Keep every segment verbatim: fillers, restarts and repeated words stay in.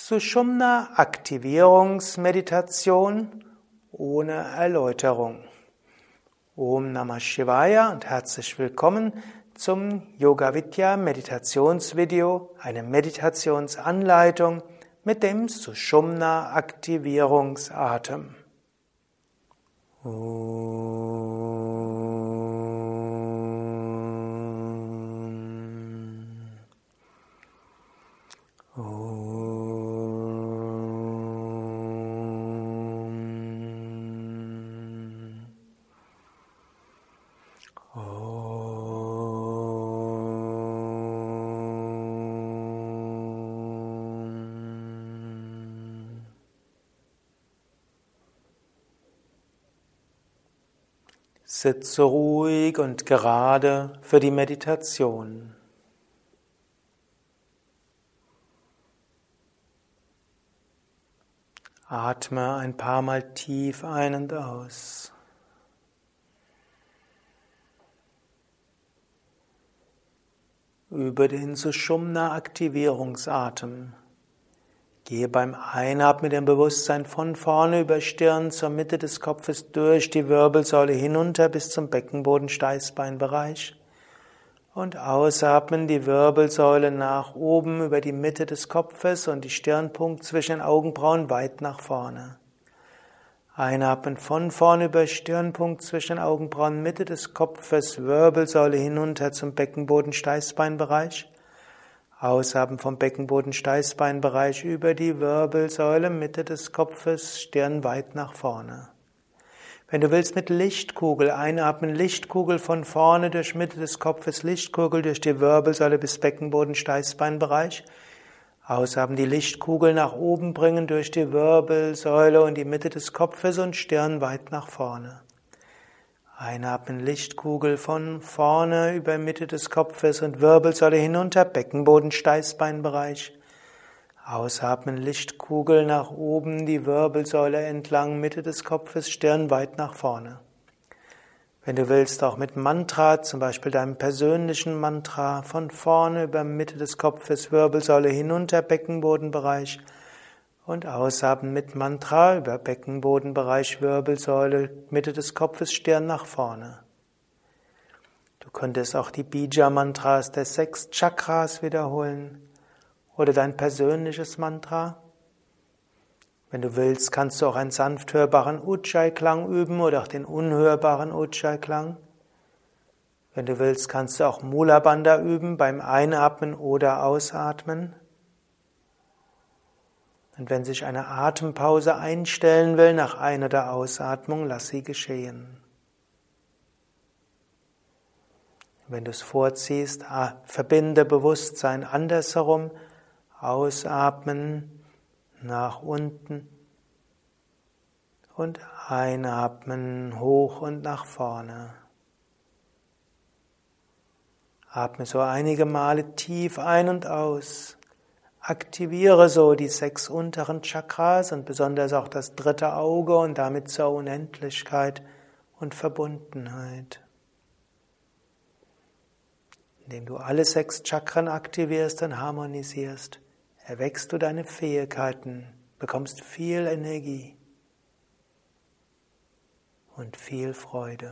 Sushumna Aktivierungsmeditation ohne Erläuterung. Om Namah Shivaya und herzlich willkommen zum Yoga Vidya Meditationsvideo, eine Meditationsanleitung mit dem Sushumna Aktivierungsatem. Sitze ruhig und gerade für die Meditation. Atme ein paar Mal tief ein und aus. Übe den Sushumna Aktivierungsatem. Gehe beim Einatmen mit dem Bewusstsein von vorne über Stirn zur Mitte des Kopfes durch die Wirbelsäule hinunter bis zum Beckenboden-Steißbeinbereich und ausatmen die Wirbelsäule nach oben über die Mitte des Kopfes und die Stirnpunkt zwischen den Augenbrauen weit nach vorne. Einatmen von vorne über Stirnpunkt zwischen den Augenbrauen, Mitte des Kopfes, Wirbelsäule hinunter zum Beckenboden-Steißbeinbereich. Ausatmen vom Beckenboden-Steißbeinbereich über die Wirbelsäule, Mitte des Kopfes, Stirn weit nach vorne. Wenn du willst, mit Lichtkugel einatmen, Lichtkugel von vorne durch Mitte des Kopfes, Lichtkugel durch die Wirbelsäule bis Beckenboden-Steißbeinbereich. Ausatmen, die Lichtkugel nach oben bringen durch die Wirbelsäule und die Mitte des Kopfes und Stirn weit nach vorne. Einatmen, Lichtkugel von vorne über Mitte des Kopfes und Wirbelsäule hinunter, Beckenboden, Steißbeinbereich. Ausatmen, Lichtkugel nach oben, die Wirbelsäule entlang, Mitte des Kopfes, Stirn weit nach vorne. Wenn du willst, auch mit Mantra, zum Beispiel deinem persönlichen Mantra, von vorne über Mitte des Kopfes, Wirbelsäule hinunter, Beckenbodenbereich. Und ausatmen mit Mantra über Beckenbodenbereich, Wirbelsäule, Mitte des Kopfes, Stirn nach vorne. Du könntest auch die Bija-Mantras der sechs Chakras wiederholen oder dein persönliches Mantra. Wenn du willst, kannst du auch einen sanft hörbaren Ujjayi-Klang üben oder auch den unhörbaren Ujjayi-Klang. Wenn du willst, kannst du auch Mula Bandha üben beim Einatmen oder Ausatmen. Und wenn sich eine Atempause einstellen will nach Ein- oder Ausatmung, lass sie geschehen. Wenn du es vorziehst, verbinde Bewusstsein andersherum, ausatmen nach unten und einatmen hoch und nach vorne. Atme so einige Male tief ein und aus. Aktiviere so die sechs unteren Chakras und besonders auch das dritte Auge und damit zur Unendlichkeit und Verbundenheit. Indem du alle sechs Chakren aktivierst und harmonisierst, erweckst du deine Fähigkeiten, bekommst viel Energie und viel Freude.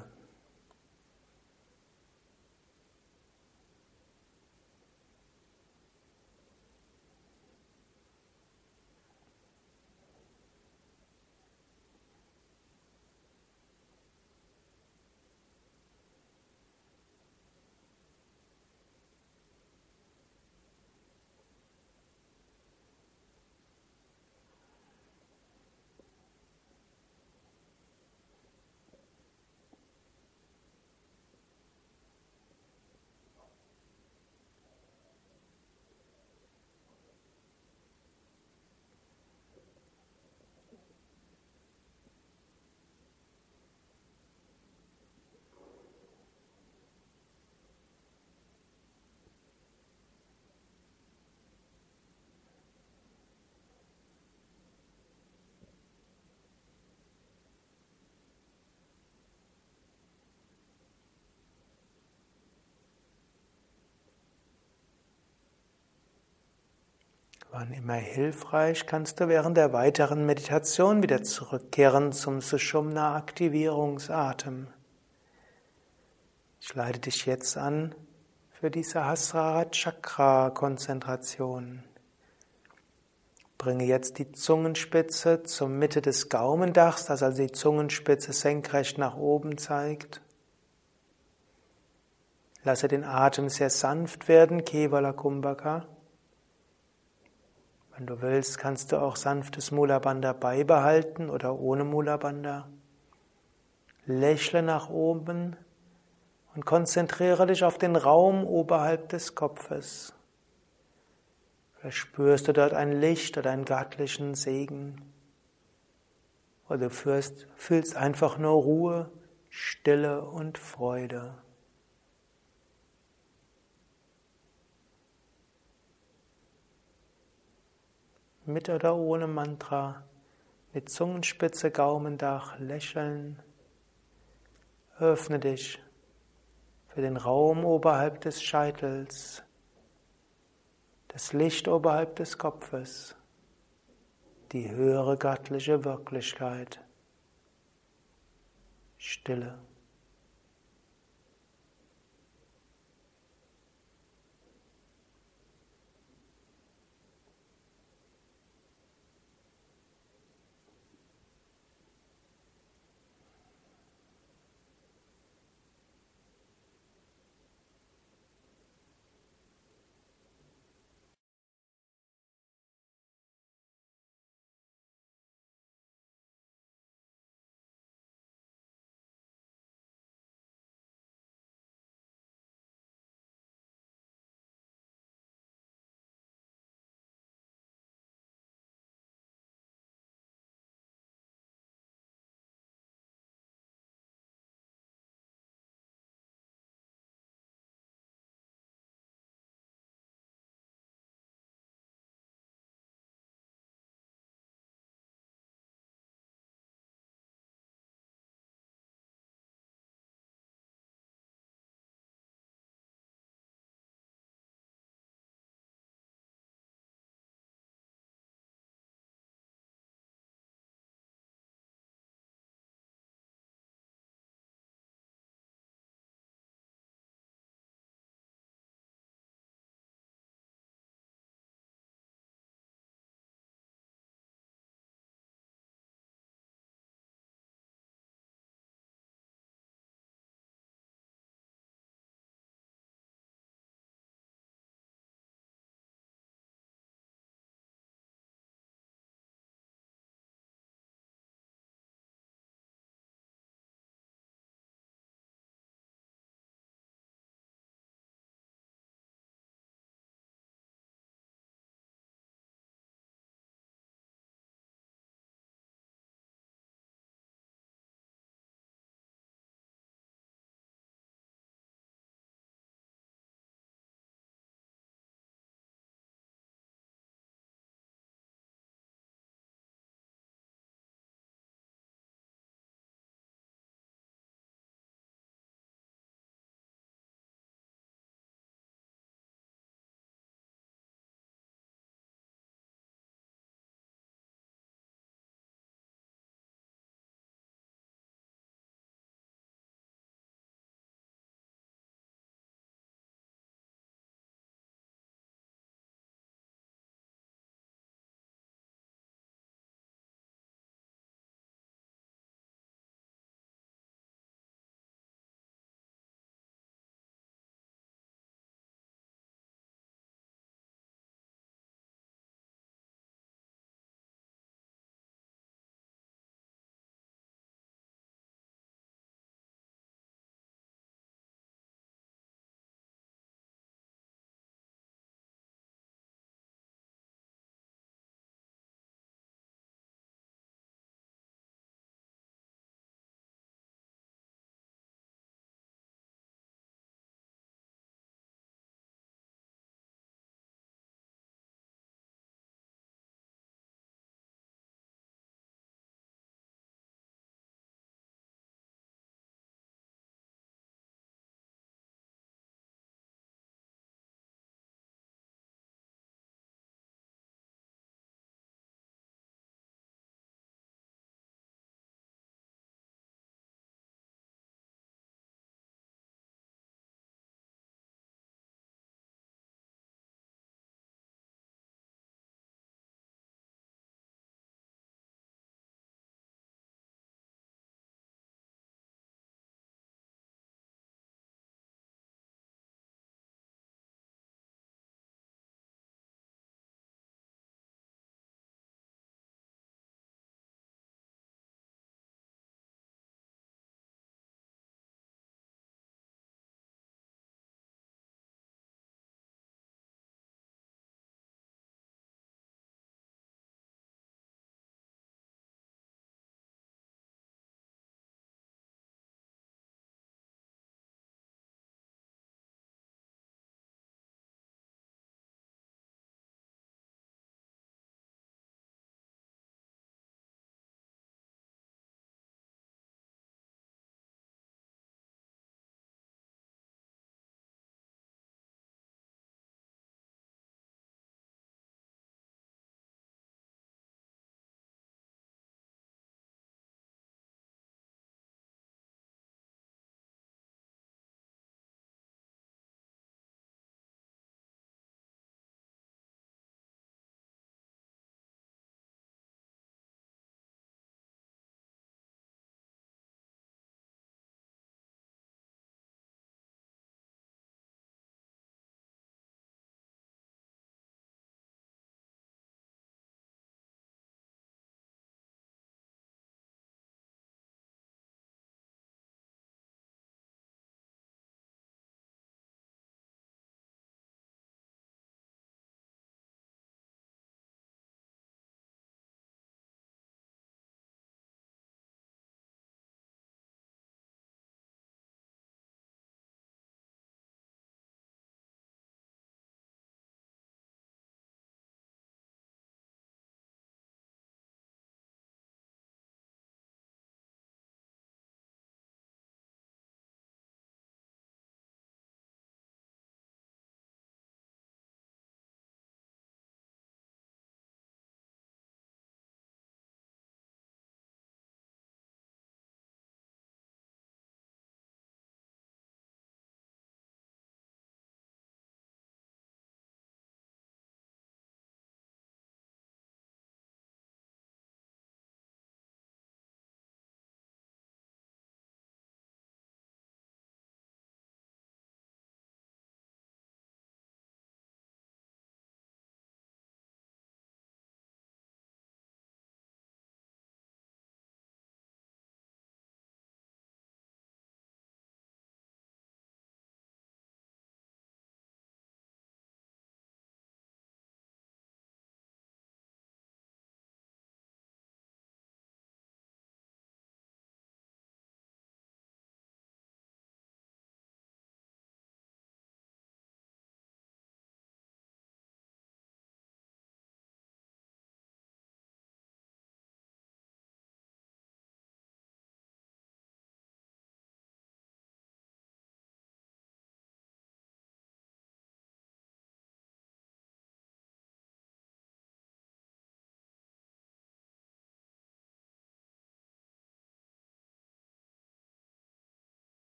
Wann immer hilfreich, kannst du während der weiteren Meditation wieder zurückkehren zum Sushumna-Aktivierungsatem. Ich leite dich jetzt an für die Sahasrara-Chakra-Konzentration. Bringe jetzt die Zungenspitze zur Mitte des Gaumendachs, dass also die Zungenspitze senkrecht nach oben zeigt. Lasse den Atem sehr sanft werden, Kevala Kumbhaka. Wenn du willst, kannst du auch sanftes Mula Bandha beibehalten oder ohne Mula Bandha. Lächle nach oben und konzentriere dich auf den Raum oberhalb des Kopfes. Vielleicht spürst du dort ein Licht oder einen göttlichen Segen. Oder du fühlst, fühlst einfach nur Ruhe, Stille und Freude. Mit oder ohne Mantra, mit Zungenspitze, Gaumendach, Lächeln. Öffne dich für den Raum oberhalb des Scheitels, das Licht oberhalb des Kopfes, die höhere göttliche Wirklichkeit. Stille.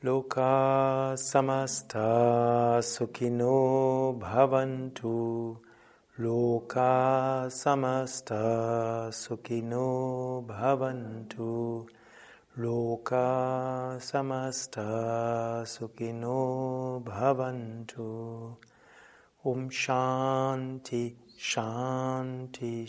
Loka samasta sukhino bhavantu. Loka samasta sukhino bhavantu. Loka samasta sukhino bhavantu. Om Shanti, Shanti,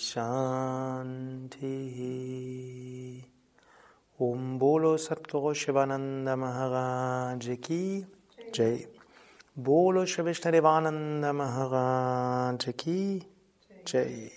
Shanti. Om Bolo Satguru Shivananda Maharaj Ki Jai. Bolo Shri Vishnadevananda Maharaj Ki Jai.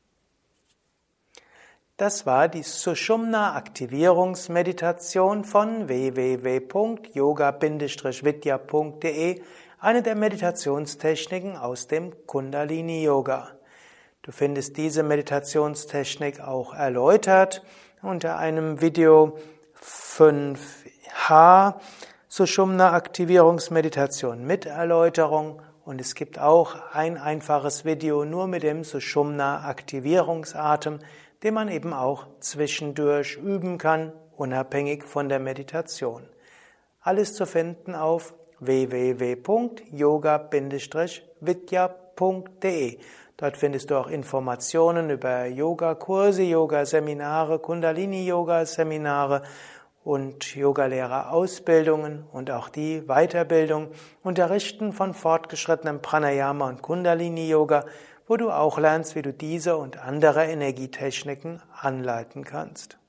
Das war die Sushumna-Aktivierungsmeditation von w w w punkt yoga vidya punkt de, eine der Meditationstechniken aus dem Kundalini-Yoga. Du findest diese Meditationstechnik auch erläutert unter einem Video fünf h Sushumna-Aktivierungsmeditation mit Erläuterung, und es gibt auch ein einfaches Video nur mit dem Sushumna-Aktivierungsatem, den man eben auch zwischendurch üben kann, unabhängig von der Meditation. Alles zu finden auf w w w punkt yoga vidya punkt de. Dort findest du auch Informationen über Yogakurse, Yogaseminare, Kundalini-Yoga-Seminare und Yogalehrerausbildungen und auch die Weiterbildung, Unterrichten von fortgeschrittenem Pranayama und Kundalini-Yoga, wo du auch lernst, wie du diese und andere Energietechniken anleiten kannst.